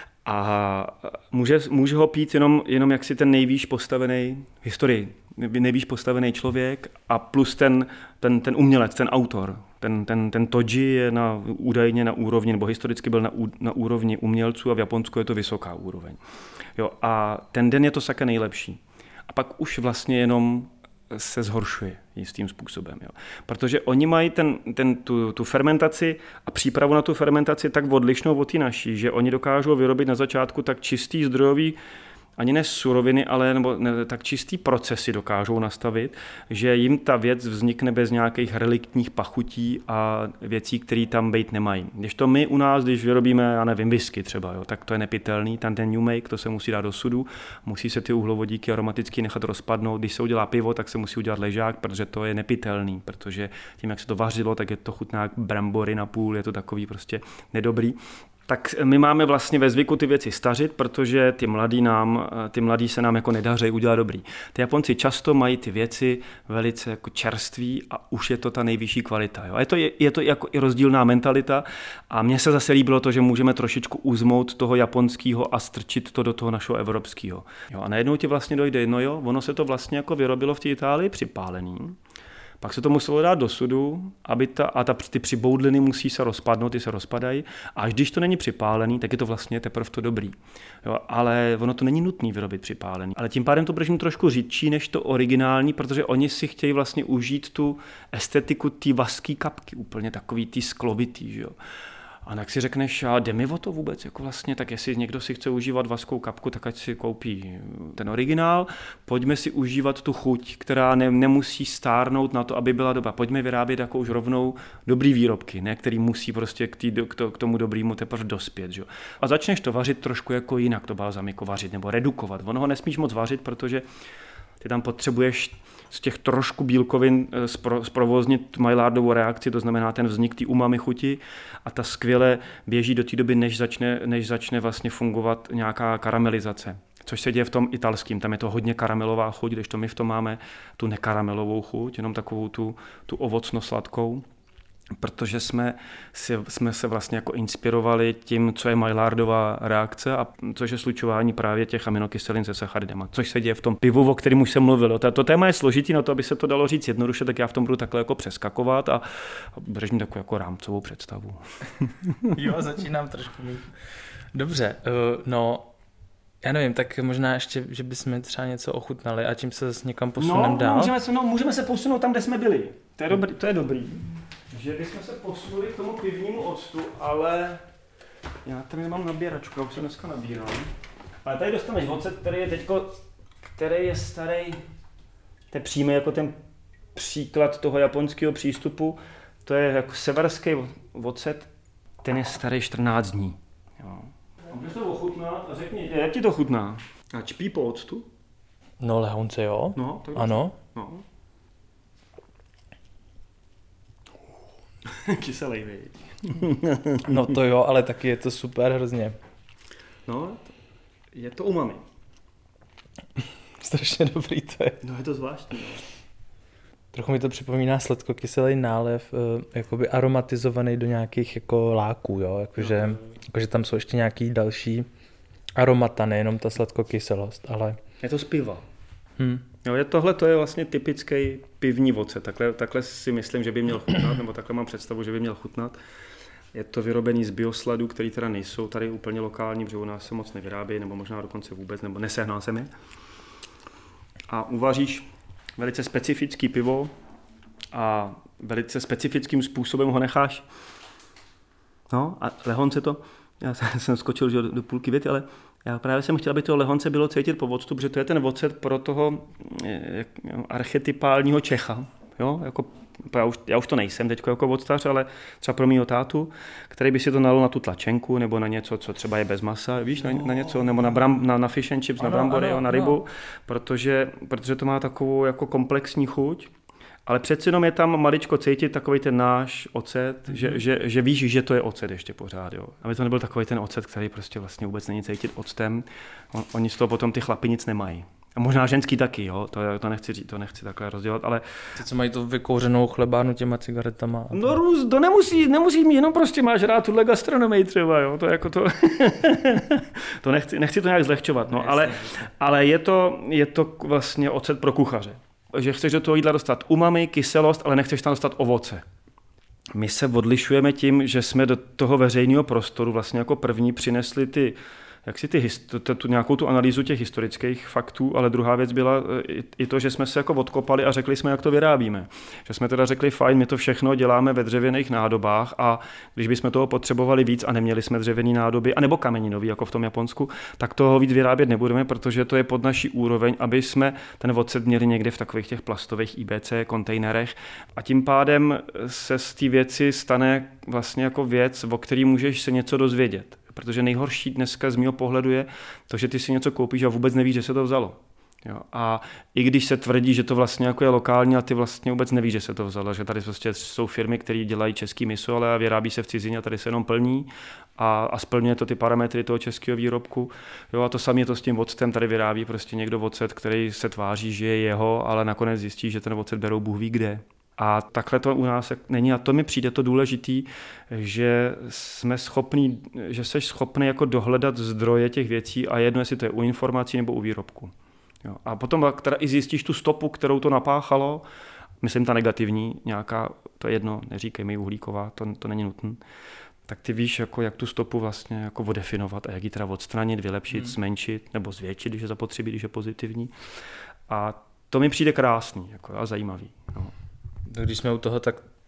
A může ho pít jenom jaksi ten nejvýš postavený v historii, nejvýš postavený člověk a plus ten umělec, ten autor. Ten Toji je údajně na úrovni, nebo historicky byl na úrovni umělců a v Japonsku je to vysoká úroveň. Jo, a ten den je to sake nejlepší. A pak už vlastně jenom se zhoršuje jistým způsobem. Jo. Protože oni mají tu fermentaci a přípravu na tu fermentaci tak odlišnou od té naší, že oni dokážou vyrobit na začátku tak čistý zdrojový, ani ne suroviny, ale tak čistý procesy dokážou nastavit, že jim ta věc vznikne bez nějakých reliktních pachutí a věcí, které tam být nemají. Když to my u nás, když vyrobíme, já nevím, whisky třeba, jo, tak to je nepitelný, ten new make, to se musí dát do sudu, musí se ty uhlovodíky aromaticky nechat rozpadnout, když se udělá pivo, tak se musí udělat ležák, protože to je nepitelný, protože tím, jak se to vařilo, tak je to chutná jak brambory na půl, je to takový prostě nedobrý. Tak my máme vlastně ve zvyku ty věci stařit, protože ty mladí se nám jako nedaří udělat dobrý. Ty Japonci často mají ty věci velice jako čerství a už je to ta nejvyšší kvalita. Jo. A je to jako i rozdílná mentalita a mně se zase líbilo to, že můžeme trošičku uzmout toho japonského a strčit to do toho našeho evropského. Jo, a najednou ti vlastně dojde, ono se to vlastně jako vyrobilo v té Itálii připálený. Pak se to muselo dát do sudu, aby ty přiboudliny musí se rozpadnout, ty se rozpadají. A až když to není připálený, tak je to vlastně teprve to dobrý. Jo, ale ono to není nutné vyrobit připálený. Ale tím pádem to držím trošku řidčí než to originální, protože oni si chtějí vlastně užít tu estetiku té vaský kapky, úplně takový ty sklovitý, že jo. A tak si řekneš, a jde mi o to vůbec, jako vlastně, tak jestli někdo si chce užívat vaskou kapku, tak ať si koupí ten originál, pojďme si užívat tu chuť, která nemusí stárnout na to, aby byla dobrá. Pojďme vyrábět jako už rovnou dobrý výrobky, ne, který musí prostě k tomu dobrýmu teprve dospět. Že? A začneš to vařit trošku jako jinak, to balzamiko vařit nebo redukovat. Ono ho nesmíš moc vařit, protože ty tam potřebuješ z těch trošku bílkovin zprovoznit Maillardovou reakci, to znamená ten vznik té umami chuti a ta skvěle běží do té doby, než začne vlastně fungovat nějaká karamelizace. Což se děje v tom italském, tam je to hodně karamelová chuť, kdežto my v tom máme tu nekaramelovou chuť, jenom takovou tu ovocno-sladkou. Protože jsme se vlastně jako inspirovali tím, co je Maillardová reakce a což je slučování právě těch aminokyselin se sacharidema, což se děje v tom pivu, o kterém už jsem mluvil. To téma je složitý na to, aby se to dalo říct jednoduše, tak já v tom budu takhle jako přeskakovat a držím takovou jako rámcovou představu. Jo, začínám trošku mít. Dobře, no já nevím, tak možná ještě, že bychom třeba něco ochutnali a tím se zase někam posuneme dál. Můžeme se posunout tam, kde jsme byli. To je dobrý. Že bychom se posunuli k tomu pivnímu octu, ale já tady nemám nabíračku, já už se dneska nabírám. Ale tady dostaneš ocet, který je starý, to je přímý jako ten příklad toho japonského přístupu, to je jako severský ocet, ten je starý 14 dní. Jo. Můžeš to ochutnat a řekni, jak ti to chutná? A čpí po octu? No lehonce jo, no, ano. No. Kyselej, viď? No to jo, ale taky je to super hrozně. No, je to umami. Strašně dobrý to je. No je to zvláštní. Trochu mi to připomíná sladkokyselý nálev, jakoby aromatizovaný do nějakých jako láků, jo? Jakože tam jsou ještě nějaký další aromata, nejenom ta sladkokyselost, ale... Je to z piva. Jo, tohle to je vlastně typický pivní ocet. Takhle si myslím, že by měl chutnat, nebo takhle mám představu, že by měl chutnat. Je to vyrobený z biosladů, který teda nejsou tady úplně lokální, protože u nás se moc nevyrábějí, nebo možná dokonce vůbec, nebo nesehnal jsem je. A uvaříš velice specifický pivo a velice specifickým způsobem ho necháš. No a lehonce to, já jsem skočil do půlky věty, ale já právě jsem chtěl, aby to lehonce bylo cítit po octu, protože to je ten ocet pro toho archetypálního Čecha. Jo? Jako, já už to nejsem teď jako octař, ale třeba pro mýho tátu, který by si to nalil na tu tlačenku nebo na něco, co třeba je bez masa, víš, na něco, nebo na fish and chips, na brambory, na rybu, protože to má takovou jako komplexní chuť. Ale přeci jenom je tam maličko cítit takový ten náš ocet, že víš, že to je ocet ještě pořád. Jo. Aby to nebyl takový ten ocet, který prostě vlastně vůbec není cítit octem. Oni z toho potom ty chlapi nic nemají. A možná ženský taky, jo. To nechci takhle rozdělat, ale... Ty, co mají tu vykouřenou chlebárnu těma cigaretama. No to nemusí mít, jenom prostě máš rád tuhle gastronomii třeba, jo. To jako to... to nechci to nějak zlehčovat, no, ale je to vlastně ocet pro kuchaře. Že chceš do toho jídla dostat umami, kyselost, ale nechceš tam dostat ovoce. My se odlišujeme tím, že jsme do toho veřejného prostoru vlastně jako první přinesli nějakou tu analýzu těch historických faktů, ale druhá věc byla i to, že jsme se jako odkopali a řekli jsme, jak to vyrábíme. Že jsme teda řekli, fajn, my to všechno děláme ve dřevěných nádobách a když bychom toho potřebovali víc a neměli jsme dřevěný nádoby, anebo kameninový, jako v tom Japonsku, tak toho víc vyrábět nebudeme, protože to je pod naší úroveň, aby jsme ten ocet měli někde v takových těch plastových IBC kontejnerech a tím pádem se z té věci stane vlastně jako věc, o který můžeš se něco dozvědět. Protože nejhorší dneska z mého pohledu je to, že ty si něco koupíš a vůbec nevíš, že se to vzalo. Jo. A i když se tvrdí, že to vlastně jako je lokální a ty vlastně vůbec nevíš, že se to vzalo, že tady prostě jsou firmy, které dělají český miso, ale vyrábí se v cizině a tady se jenom plní a splňuje to ty parametry toho českého výrobku. Jo, a to samé je to s tím octem, tady vyrábí prostě někdo ocet, který se tváří, že je jeho, ale nakonec zjistí, že ten ocet berou Bůh ví kde. A takhle to u nás není a to mi přijde to důležitý, že jsi schopný jako dohledat zdroje těch věcí a jedno, jestli to je u informací nebo u výrobku. Jo. A potom teda i zjistíš tu stopu, kterou to napáchalo, myslím ta negativní nějaká, to je jedno, neříkej mi uhlíková, to není nutné, tak ty víš, jako, jak tu stopu vlastně jako odefinovat a jak ji teda odstranit, vylepšit, zmenšit nebo zvětšit, když je zapotřebí, když je pozitivní. A to mi přijde krásný jako, a zajímavý. No. Když jsme u toho, tak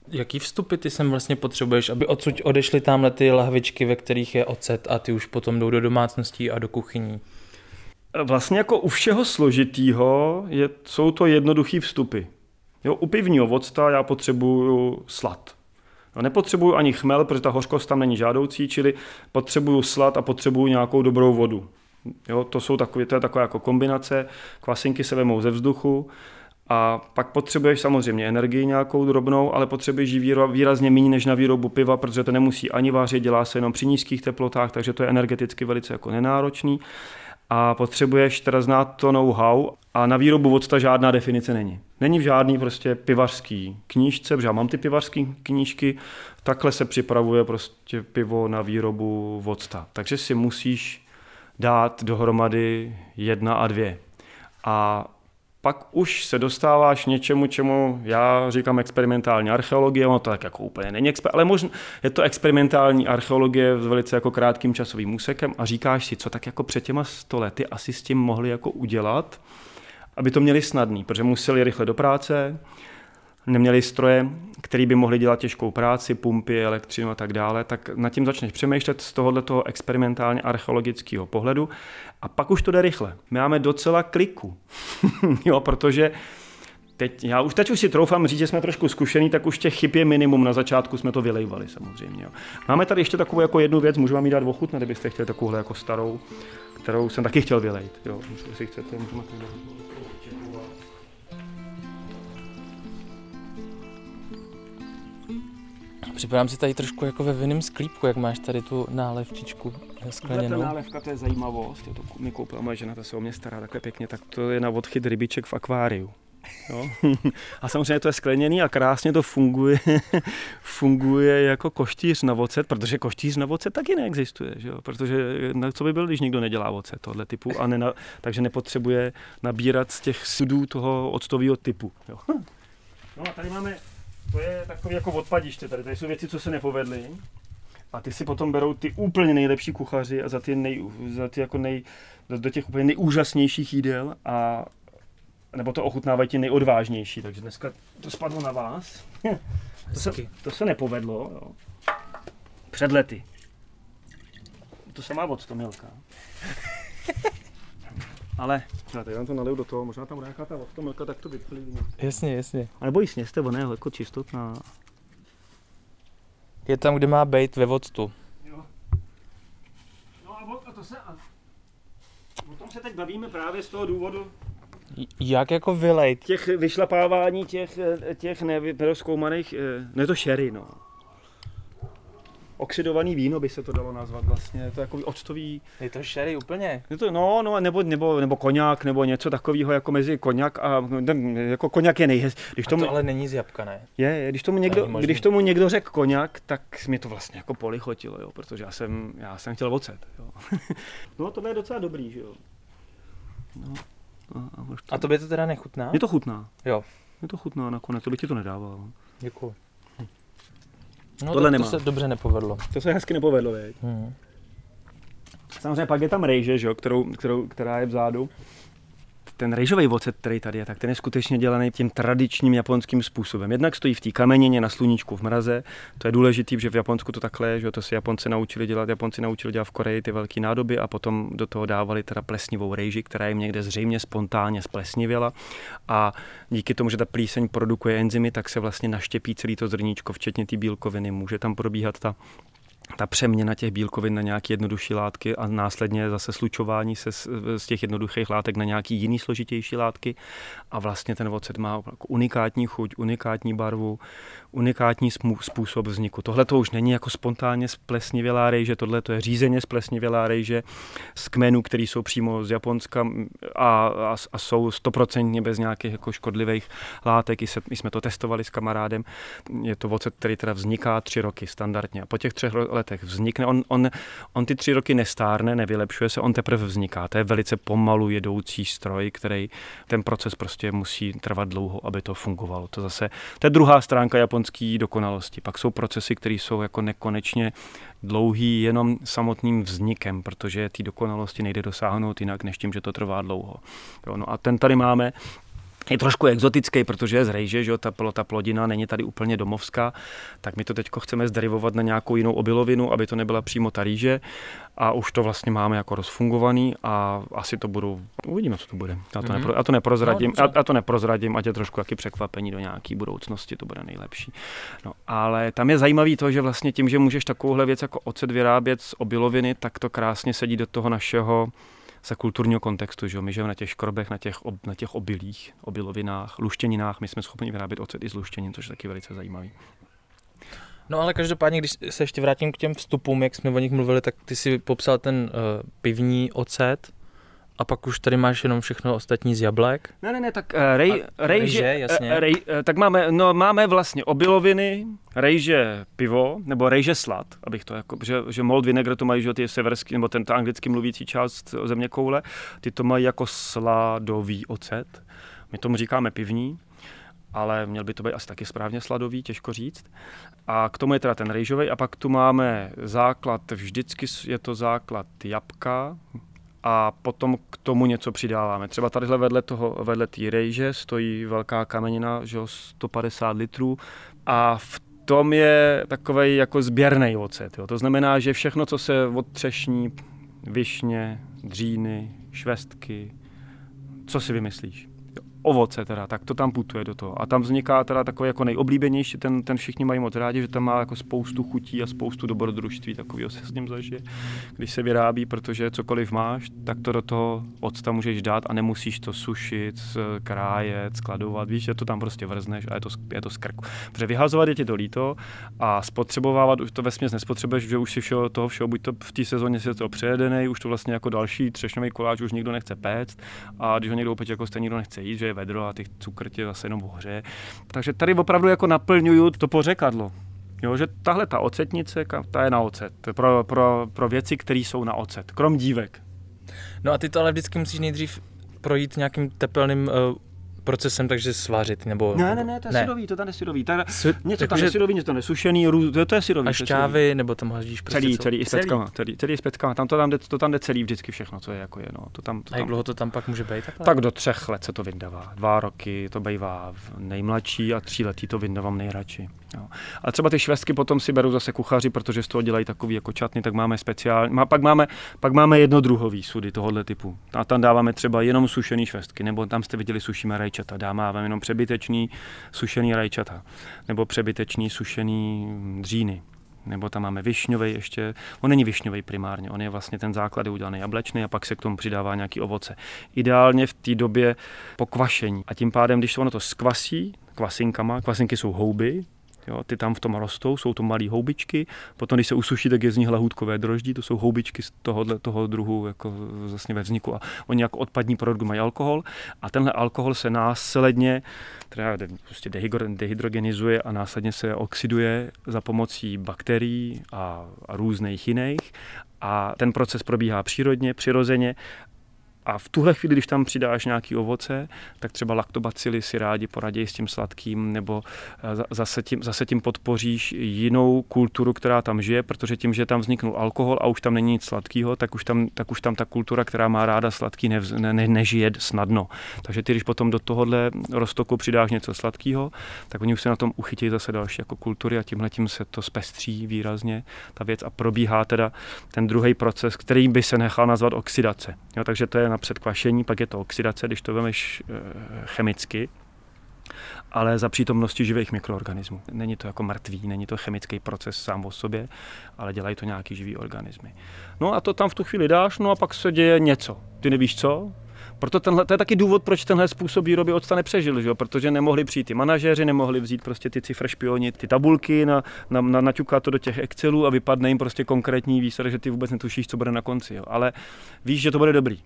Jaký vstupy ty sem vlastně potřebuješ, aby odsud odešly tamhle ty lahvičky, ve kterých je ocet a ty už potom jdou do domácností a do kuchyní? Vlastně jako u všeho složitýho jsou to jednoduchý vstupy. Jo, u pivního octa já potřebuju slad. No, nepotřebuju ani chmel, protože ta hořkost tam není žádoucí, čili potřebuju slad a potřebuju nějakou dobrou vodu. Jo, to je taková jako kombinace, kvasinky se vemou ze vzduchu a pak potřebuješ samozřejmě energii nějakou drobnou, ale potřebuješ ji výrazně méně než na výrobu piva, protože to nemusí ani vařit, dělá se jenom při nízkých teplotách, takže to je energeticky velice jako nenáročný. A potřebuješ teda znát to know-how a na výrobu octa žádná definice není. Není v žádný prostě pivařský knížce, protože já mám ty pivařské knížky, takhle se připravuje prostě pivo na výrobu octa. Takže si musíš dát dohromady 1 a 2. A pak už se dostáváš něčemu, čemu já říkám experimentální archeologie, ono to tak jako úplně není, ale možná je to experimentální archeologie s velice jako krátkým časovým úsekem a říkáš si, co tak jako před těma 100 lety asi s tím mohli jako udělat, aby to měli snadný, protože museli rychle do práce, neměli stroje, který by mohli dělat těžkou práci, pumpy, elektřinu a tak dále, tak nad tím začneš přemýšlet z tohoto experimentálně archeologického pohledu a pak už to jde rychle. My máme docela kliku, jo, protože teď už si troufám říct, že jsme trošku zkušený, tak už těch chyb je minimum, na začátku jsme to vylejvali samozřejmě. Jo. Máme tady ještě takovou jako jednu věc, můžu vám ji dát ochutnat, kdybyste chtěli takovouhle jako starou, kterou jsem taky chtěl vylejt. Jo, jestli chcete, můžeme Připadám si tady trošku jako ve vinném sklípku, jak máš tady tu nálevčičku skleněnou. Ta nálevka, to je zajímavost, to mi koupila moje žena, ta se o mě stará takhle pěkně, tak to je na odchyt rybiček v akváriu. Jo? A samozřejmě to je skleněný a krásně to funguje jako koštýř na ocet, protože koštýř na ocet taky neexistuje, že jo? Protože co by byl, když nikdo nedělá ocet tohle typu, takže nepotřebuje nabírat z těch sudů toho octového typu. Jo? No a tady máme, to je takový jako odpadiště tady jsou věci, co se nepovedly a ty si potom berou ty úplně nejlepší kuchaři a do těch úplně nejúžasnějších jídel nebo to ochutnávají ti nejodvážnější, takže dneska to spadlo na vás. To se nepovedlo, jo. Před lety. To se má octomilka. Ale já vám to naliju do toho, možná tam bude nějaká ta octomilka, tak to vyplivím. Jasně. A nebo ji sněste, ona je jako čistotná. Je tam, kde má bejt ve octu. Jo. No a o tom se teď bavíme právě z toho důvodu, jak jako vylejt? těch vyšlapávání těch neprozkoumaných, ne to sherry, no. Oxidovaný víno by se to dalo nazvat vlastně, je to takový octový. Je to sherry úplně? Je to, no nebo koňak, nebo něco takového jako mezi koňak a, jako koňak je nejhezčí. To ale není z jabka, ne? Když tomu někdo řekl koňak, tak mi to vlastně jako polichotilo, jo, protože já jsem chtěl ocet, jo. No tohle je docela dobrý, že jo. No. A tobě to teda nechutná? Mně to chutná. Jo. Mně to chutná nakonec, to bych ti to nedával. Děkuji. No tohle to se dobře nepovedlo. To se hezky nepovedlo, věď. Samozřejmě pak je tam rejže, že jo, která je vzadu. Ten rejžový ocet, který tady je, tak ten je skutečně dělaný tím tradičním japonským způsobem. Jednak stojí v té kamenině na sluníčku v mraze, to je důležitý, že v Japonsku to takhle je, že to si Japonci naučili dělat v Koreji ty velké nádoby a potom do toho dávali teda plesnivou rejži, která jim někde zřejmě spontánně splesnivěla a díky tomu, že ta plíseň produkuje enzymy, tak se vlastně naštěpí celý to zrníčko, včetně té bílkoviny. Může tam probíhat ta přeměna těch bílkovin na nějaké jednodušší látky a následně zase slučování se z těch jednoduchých látek na nějaký jiný složitější látky a vlastně ten ocet má unikátní chuť, unikátní barvu, unikátní způsob vzniku. Tohle to už není jako spontánně splesnivělá rejže, tohle to je řízeně splesnivělá rejže z kmenů, které jsou přímo z Japonska a jsou 100% bez nějakých jako škodlivých látek. I jsme to testovali s kamarádem. Je to ocet, který teda vzniká 3 roky standardně a po těch 3 letech vznikne. On ty 3 roky nestárne, nevylepšuje se, on teprve vzniká. To je velice pomalu jedoucí stroj, který ten proces prostě musí trvat dlouho, aby to fungovalo. To je druhá stránka japonské dokonalosti. Pak jsou procesy, které jsou jako nekonečně dlouhý jenom samotným vznikem, protože té dokonalosti nejde dosáhnout jinak, než tím, že to trvá dlouho. Jo, no a ten tady máme. je trošku exotický, protože je z rejže, že jo, ta plodina není tady úplně domovská, tak my to teď chceme zderivovat na nějakou jinou obilovinu, aby to nebyla přímo ta rýže a už to vlastně máme jako rozfungovaný a asi to uvidíme, co to bude. Já to neprozradím, ať je trošku jaký překvapení do nějaký budoucnosti, to bude nejlepší. No, ale tam je zajímavý to, že vlastně tím, že můžeš takovouhle věc jako ocet vyrábět z obiloviny, tak to krásně sedí do toho našeho za kulturního kontextu, že my žijeme na těch škrobech, na těch obilích, obilovinách, luštěninách, my jsme schopni vyrábět ocet i z luštěnin, což je taky velice zajímavý. No ale každopádně, když se ještě vrátím k těm vstupům, jak jsme o nich mluvili, tak ty si popsal ten pivní ocet a pak už tady máš jenom všechno ostatní z jablek. Ne, tak rejže, jasně. Tak máme vlastně obiloviny, rejže pivo, nebo rejže slad, abych to jako, že malt vinegar to mají, že ty severský, nebo ta anglicky mluvící část země koule, ty to mají jako sladový ocet. My tomu říkáme pivní, ale měl by to být asi taky správně sladový, těžko říct. A k tomu je teda ten rejžový a pak tu máme základ, vždycky je to základ jabka, a potom k tomu něco přidáváme. Třeba tadyhle vedle té rejže stojí velká kamenina, že 150 litrů a v tom je takovej jako sběrnej ocet. Jo. To znamená, že všechno, co se od třešní, višně, dříny, švestky, co si vymyslíš? Ovoce teda, tak to tam putuje do toho. A tam vzniká teda takový jako nejoblíbenější, ten všichni mají moc rádi, že tam má jako spoustu chutí a spoustu dobrodružství, takového se s ním zažije, když se vyrábí, protože cokoliv máš, tak to do toho octa můžeš dát a nemusíš to sušit, krájet, skladovat, víš, že to tam prostě vrzneš a je to z krku. Protože vyhazovat je ti to líto a spotřebovávat už to vesměs nespotřebuješ, že už si všeho, buď to v té sezóně si to přejedenej, už to vlastně jako další třešňový koláč už nikdo nechce péct a když ho někdo opět jako stejně nikdo nechce jíst, že je vedro a těch cukr tě zase jenom ohřeje. Takže tady opravdu jako naplňuju to pořekadlo. Jo, že tahle ta ocetnice, ta je na ocet. Pro věci, které jsou na ocet. Krom dívek. No a ty to ale vždycky musíš nejdřív projít nějakým tepelným procesem, takže svářit, nebo... Ne, to je syrový, to tam je syrový. Něco tam je syrový, něco tam je sušený, to je syrový. A šťávy, nebo tam hodíš prostě celý s peckama. To tam jde celý vždycky všechno, co je jako je. No. A jak dlouho to tam pak může být? Tak do 3 let se to vyndává. 2 roky to bývá nejmladší a 3 lety to vyndávám nejradši. Jo. A třeba ty švestky potom si berou zase kuchaři, protože z toho dělají takový jako čatny, tak máme speciální. Pak máme jednodruhový sudy tohohle typu. A tam dáváme třeba jenom sušený švestky, nebo tam jste viděli sušíme rajčata, dáváme jenom přebytečný sušený rajčata, nebo přebytečný sušený dříny. Nebo tam máme višňovej ještě, on není višňovej primárně, on je vlastně ten základ je udělaný jablečný a pak se k tomu přidává nějaký ovoce. Ideálně v té době po kvašení. A tím pádem, když ono to skvasí kvasinkama, kvasinky jsou houby, jo, ty tam v tom rostou, jsou to malé houbičky, potom když se usuší, tak je z nich lahůdkové droždí, to jsou houbičky z toho druhu jako vlastně ve vzniku a oni jako odpadní produkt mají alkohol a tenhle alkohol se následně prostě dehydrogenizuje a následně se oxiduje za pomocí bakterií a různých jiných a ten proces probíhá přírodně, přirozeně. A v tuhle chvíli, když tam přidáš nějaký ovoce, tak třeba laktobacily si rádi poradí s tím sladkým, nebo zase tím podpoříš jinou kulturu, která tam žije, protože tím, že tam vzniknul alkohol a už tam není nic sladkého, tak už tam ta kultura, která má ráda sladký, nežije snadno. Takže ty, když potom do tohohle roztoku přidáš něco sladkého, tak oni už se na tom uchytí zase další jako kultury a tímhletím se to zpestří výrazně ta věc a probíhá teda ten druhý proces, který by se nechal nazvat oxidace. Jo, takže to je napřed kvašení, pak je to oxidace, když to vemeš chemicky, ale za přítomnosti živých mikroorganismů. Není to jako mrtvý, není to chemický proces sám o sobě, ale dělají to nějaký živý organismy. No a to tam v tu chvíli dáš, no a pak se děje něco. Ty nevíš co? Proto to je taky důvod, proč tenhle způsob výroby octa nepřežil, že? Protože nemohli přijít ty manažéři, nemohli vzít prostě ty cifr špioni, ty tabulky, naťukat to do těch Excelů a vypadne jim prostě konkrétní výsledek, že ty vůbec netušíš, co bude na konci. Jo? Ale víš, že to bude dobrý.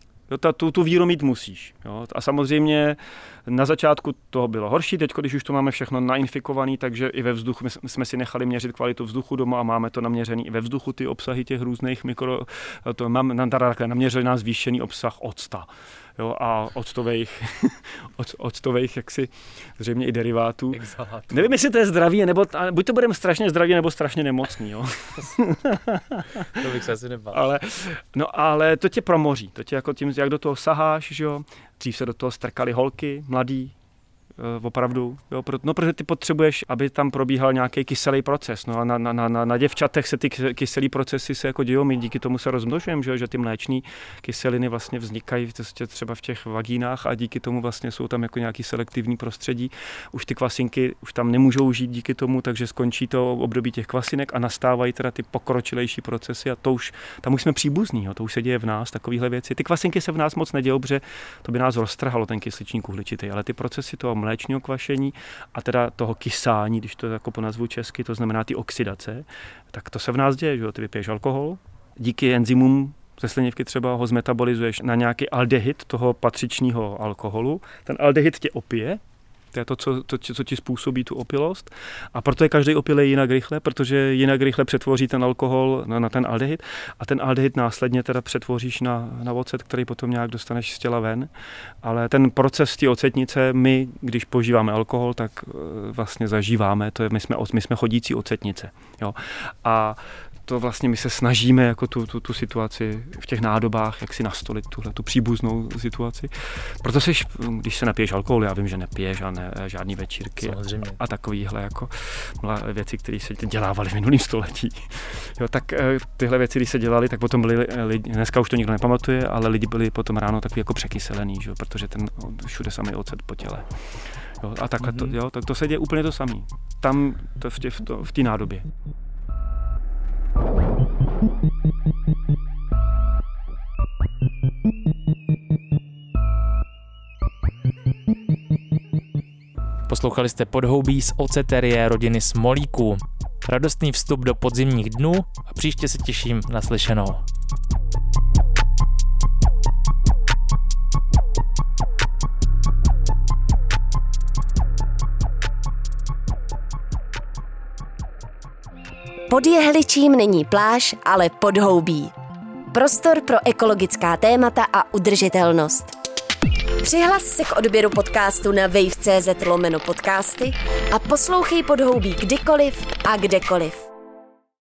Tu víru mít musíš. Jo? A samozřejmě na začátku toho bylo horší, teď když už to máme všechno nainfikované, takže i ve vzduchu jsme si nechali měřit kvalitu vzduchu doma a máme to naměřený i ve vzduchu, ty obsahy těch různých naměřili nás zvýšený obsah octa. jo, a octových jaksi zřejmě i derivátů. Exhalátů. Nevím, jestli to je zdravý, nebo buď to budeme strašně zdraví, nebo strašně nemocný, jo. To bych se asi nebál. Ale to tě promoří, to tě jako tím, jak do toho saháš, že jo. Dřív se do toho strkali holky, mladý, opravdu, jo, protože ty potřebuješ, aby tam probíhal nějaký kyselý proces. No a na děvčatech se ty kyselý procesy se jako dějou, my díky tomu se rozmnožujeme, že ty mléčné kyseliny vlastně vznikají třeba v těch vagínách a díky tomu vlastně jsou tam jako nějaký selektivní prostředí. Už ty kvasinky už tam nemůžou žít díky tomu, takže skončí to období těch kvasinek a nastávají teda ty pokročilejší procesy a tam už jsme příbuzní, jo, to už se děje v nás, takovéhle věci. Ty kvasinky se v nás moc nedějou, protože to by nás roztrhalo ten kysličník uhličitý, ale ty procesy toho mléčního kvašení a teda toho kysání, když to jako ponazvu česky, to znamená ty oxidace, tak to se v nás děje, že jo? Ty vypiješ alkohol, díky enzymům ze slinivky třeba ho zmetabolizuješ na nějaký aldehyd toho patřičního alkoholu. Ten aldehyd tě opije, to je co ti způsobí tu opilost. A proto je každý opilej jinak rychle, protože jinak rychle přetvoří ten alkohol na ten aldehyd a ten aldehyd následně teda přetvoříš na ocet, který potom nějak dostaneš z těla ven. Ale ten proces té ocetnice, my, když požíváme alkohol, tak vlastně zažíváme, my jsme chodící ocetnice. Jo? A to vlastně my se snažíme jako tu situaci v těch nádobách, jak si nastolit tu příbuznou situaci. Proto když se napiješ alkohol, já vím, že nepiješ a žádný večírky a takovýhle jako věci, které se dělávaly v minulém století. Jo, tak tyhle věci, když se dělaly, tak potom byli lidi, dneska už to nikdo nepamatuje, ale lidi byli potom ráno takový jako překyselený, že? Protože ten všude samý ocet po těle. Jo, a takhle tak to se děje úplně to samé. Tam v té nádobě. Poslouchali jste Podhoubí z oceterie rodiny Smolíků. Radostný vstup do podzimních dnů a příště se těším na slyšenou. Pod Jehličím není pláž, ale podhoubí. Prostor pro ekologická témata a udržitelnost. Přihlas se k odběru podcastu na wave.cz/podcasty a poslouchej Podhoubí kdykoliv a kdekoliv.